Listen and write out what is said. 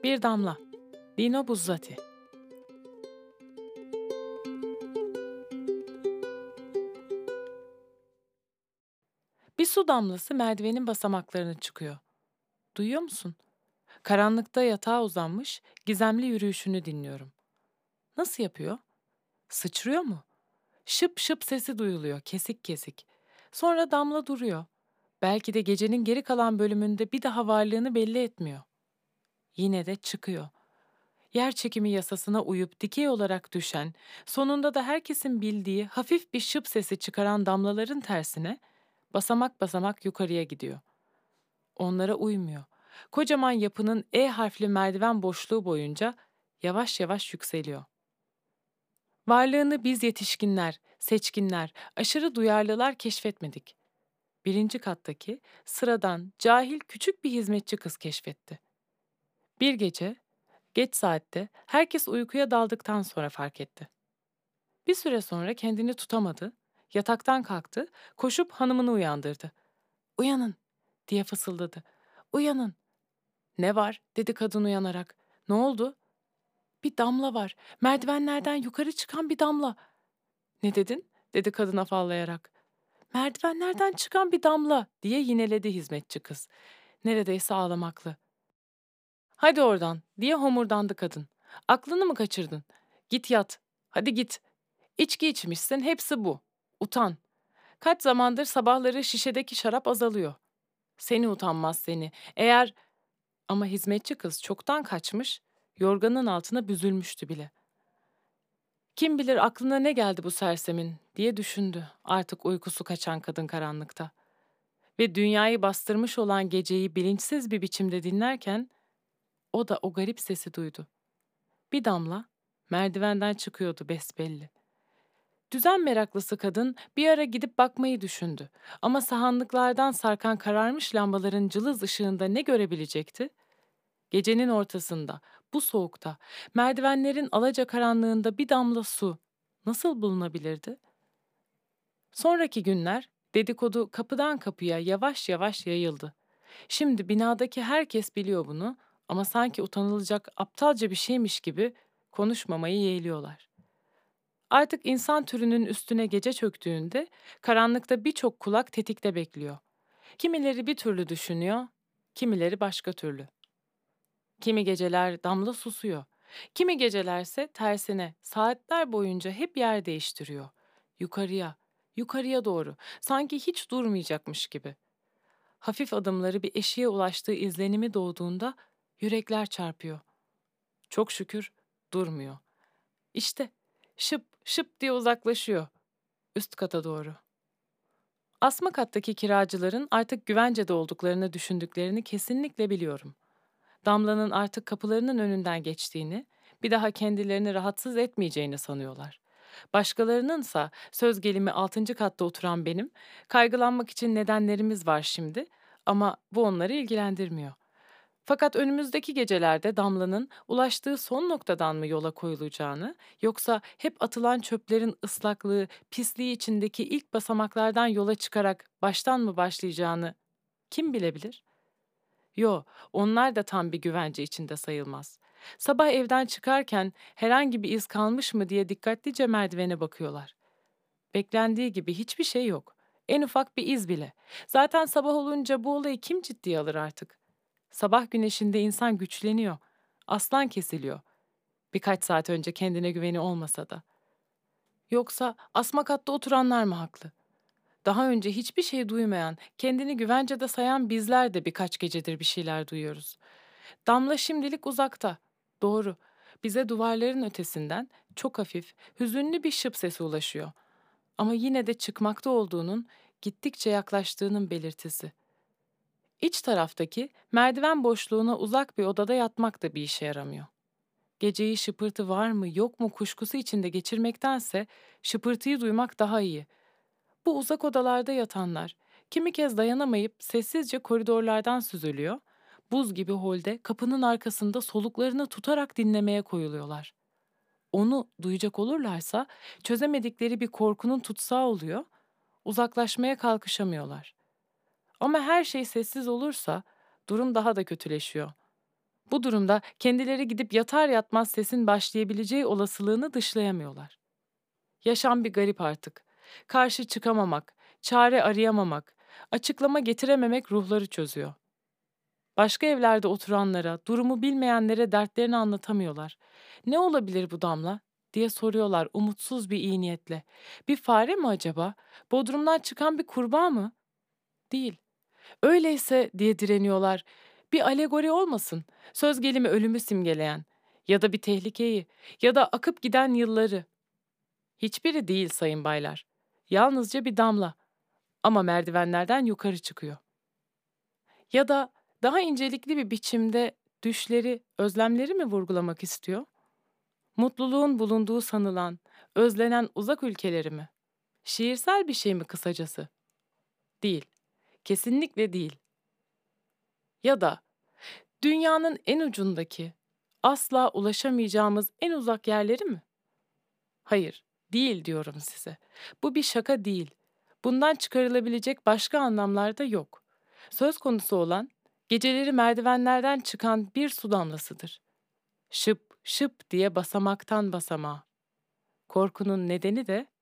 Bir damla. Dino Buzzati. Bir su damlası merdivenin basamaklarını çıkıyor. Duyuyor musun? Karanlıkta yatağa uzanmış, gizemli yürüyüşünü dinliyorum. Nasıl yapıyor? Sıçrıyor mu? Şıp şıp sesi duyuluyor, kesik kesik. Sonra damla duruyor. Belki de gecenin geri kalan bölümünde bir daha varlığını belli etmiyor. Yine de çıkıyor. Yer çekimi yasasına uyup dikey olarak düşen, sonunda da herkesin bildiği hafif bir şıp sesi çıkaran damlaların tersine basamak basamak yukarıya gidiyor. Onlara uymuyor. Kocaman yapının E harfli merdiven boşluğu boyunca yavaş yavaş yükseliyor. Varlığını biz yetişkinler, seçkinler, aşırı duyarlılar keşfetmedik. Birinci kattaki sıradan, cahil küçük bir hizmetçi kız keşfetti. Bir gece, geç saatte herkes uykuya daldıktan sonra fark etti. Bir süre sonra kendini tutamadı, yataktan kalktı, koşup hanımını uyandırdı. "Uyanın!" diye fısıldadı. "Uyanın!" "Ne var?" dedi kadın uyanarak. "Ne oldu?" "Bir damla var. Merdivenlerden yukarı çıkan bir damla." "Ne dedin?" dedi kadın afallayarak. "Merdivenlerden çıkan bir damla," diye yineledi hizmetçi kız. Neredeyse ağlamaklı. "Hadi oradan," diye homurdandı kadın. "Aklını mı kaçırdın? Git yat. Hadi git. İçki içmişsin, hepsi bu. Utan. Kaç zamandır sabahları şişedeki şarap azalıyor. Seni utanmaz seni. Eğer..." Ama hizmetçi kız çoktan kaçmış, yorganın altına büzülmüştü bile. "Kim bilir aklına ne geldi bu sersemin," diye düşündü artık uykusu kaçan kadın karanlıkta. Ve dünyayı bastırmış olan geceyi bilinçsiz bir biçimde dinlerken o da o garip sesi duydu. Bir damla merdivenden çıkıyordu besbelli. Düzen meraklısı kadın bir ara gidip bakmayı düşündü. Ama sahanlıklardan sarkan kararmış lambaların cılız ışığında ne görebilecekti? Gecenin ortasında, bu soğukta, merdivenlerin alacakaranlığında bir damla su nasıl bulunabilirdi? Sonraki günler dedikodu kapıdan kapıya yavaş yavaş yayıldı. Şimdi binadaki herkes biliyor bunu ama sanki utanılacak aptalca bir şeymiş gibi konuşmamayı yeğliyorlar. Artık insan türünün üstüne gece çöktüğünde karanlıkta birçok kulak tetikte bekliyor. Kimileri bir türlü düşünüyor, kimileri başka türlü. Kimi geceler damla susuyor. Kimi gecelerse tersine saatler boyunca hep yer değiştiriyor. Yukarıya, yukarıya doğru. Sanki hiç durmayacakmış gibi. Hafif adımları bir eşiğe ulaştığı izlenimi doğduğunda yürekler çarpıyor. Çok şükür durmuyor. İşte şıp şıp diye uzaklaşıyor üst kata doğru. Asma kattaki kiracıların artık güvencede olduklarını düşündüklerini kesinlikle biliyorum. Damla'nın artık kapılarının önünden geçtiğini, bir daha kendilerini rahatsız etmeyeceğini sanıyorlar. Başkalarınınsa söz gelimi 6. katta oturan benim, kaygılanmak için nedenlerimiz var şimdi ama bu onları ilgilendirmiyor. Fakat önümüzdeki gecelerde Damla'nın ulaştığı son noktadan mı yola koyulacağını, yoksa hep atılan çöplerin ıslaklığı, pisliği içindeki ilk basamaklardan yola çıkarak baştan mı başlayacağını kim bilebilir? Yo, onlar da tam bir güvence içinde sayılmaz. Sabah evden çıkarken herhangi bir iz kalmış mı diye dikkatlice merdivene bakıyorlar. Beklendiği gibi hiçbir şey yok. En ufak bir iz bile. Zaten sabah olunca bu olayı kim ciddiye alır artık? Sabah güneşinde insan güçleniyor. Aslan kesiliyor. Birkaç saat önce kendine güveni olmasa da. Yoksa asma katta oturanlar mı haklı? Daha önce hiçbir şey duymayan, kendini güvencede sayan bizler de birkaç gecedir bir şeyler duyuyoruz. Damla şimdilik uzakta. Doğru. Bize duvarların ötesinden çok hafif, hüzünlü bir şıp sesi ulaşıyor. Ama yine de çıkmakta olduğunun, gittikçe yaklaştığının belirtisi. İç taraftaki merdiven boşluğuna uzak bir odada yatmak da bir işe yaramıyor. Geceyi şıpırtı var mı yok mu kuşkusu içinde geçirmektense şıpırtıyı duymak daha iyi. Bu uzak odalarda yatanlar kimi kez dayanamayıp sessizce koridorlardan süzülüyor, buz gibi holde kapının arkasında soluklarını tutarak dinlemeye koyuluyorlar. Onu duyacak olurlarsa çözemedikleri bir korkunun tutsağı oluyor, uzaklaşmaya kalkışamıyorlar. Ama her şey sessiz olursa durum daha da kötüleşiyor. Bu durumda kendileri gidip yatar yatmaz sesin başlayabileceği olasılığını dışlayamıyorlar. Yaşam bir garip artık. Karşı çıkamamak, çare arayamamak, açıklama getirememek ruhları çözüyor. Başka evlerde oturanlara, durumu bilmeyenlere dertlerini anlatamıyorlar. "Ne olabilir bu Damla?" diye soruyorlar umutsuz bir iyi niyetle. "Bir fare mi acaba? Bodrumdan çıkan bir kurbağa mı?" Değil. "Öyleyse" diye direniyorlar. "Bir alegori olmasın. Söz gelimi ölümü simgeleyen. Ya da bir tehlikeyi. Ya da akıp giden yılları." Hiçbiri değil sayın baylar. Yalnızca bir damla. Ama merdivenlerden yukarı çıkıyor. Ya da daha incelikli bir biçimde düşleri, özlemleri mi vurgulamak istiyor? Mutluluğun bulunduğu sanılan, özlenen uzak ülkeleri mi? Şiirsel bir şey mi kısacası? Değil. Kesinlikle değil. Ya da dünyanın en ucundaki, asla ulaşamayacağımız en uzak yerleri mi? Hayır, değil diyorum size. Bu bir şaka değil. Bundan çıkarılabilecek başka anlamlar da yok. Söz konusu olan, geceleri merdivenlerden çıkan bir su damlasıdır. Şıp şıp diye basamaktan basamağa. Korkunun nedeni de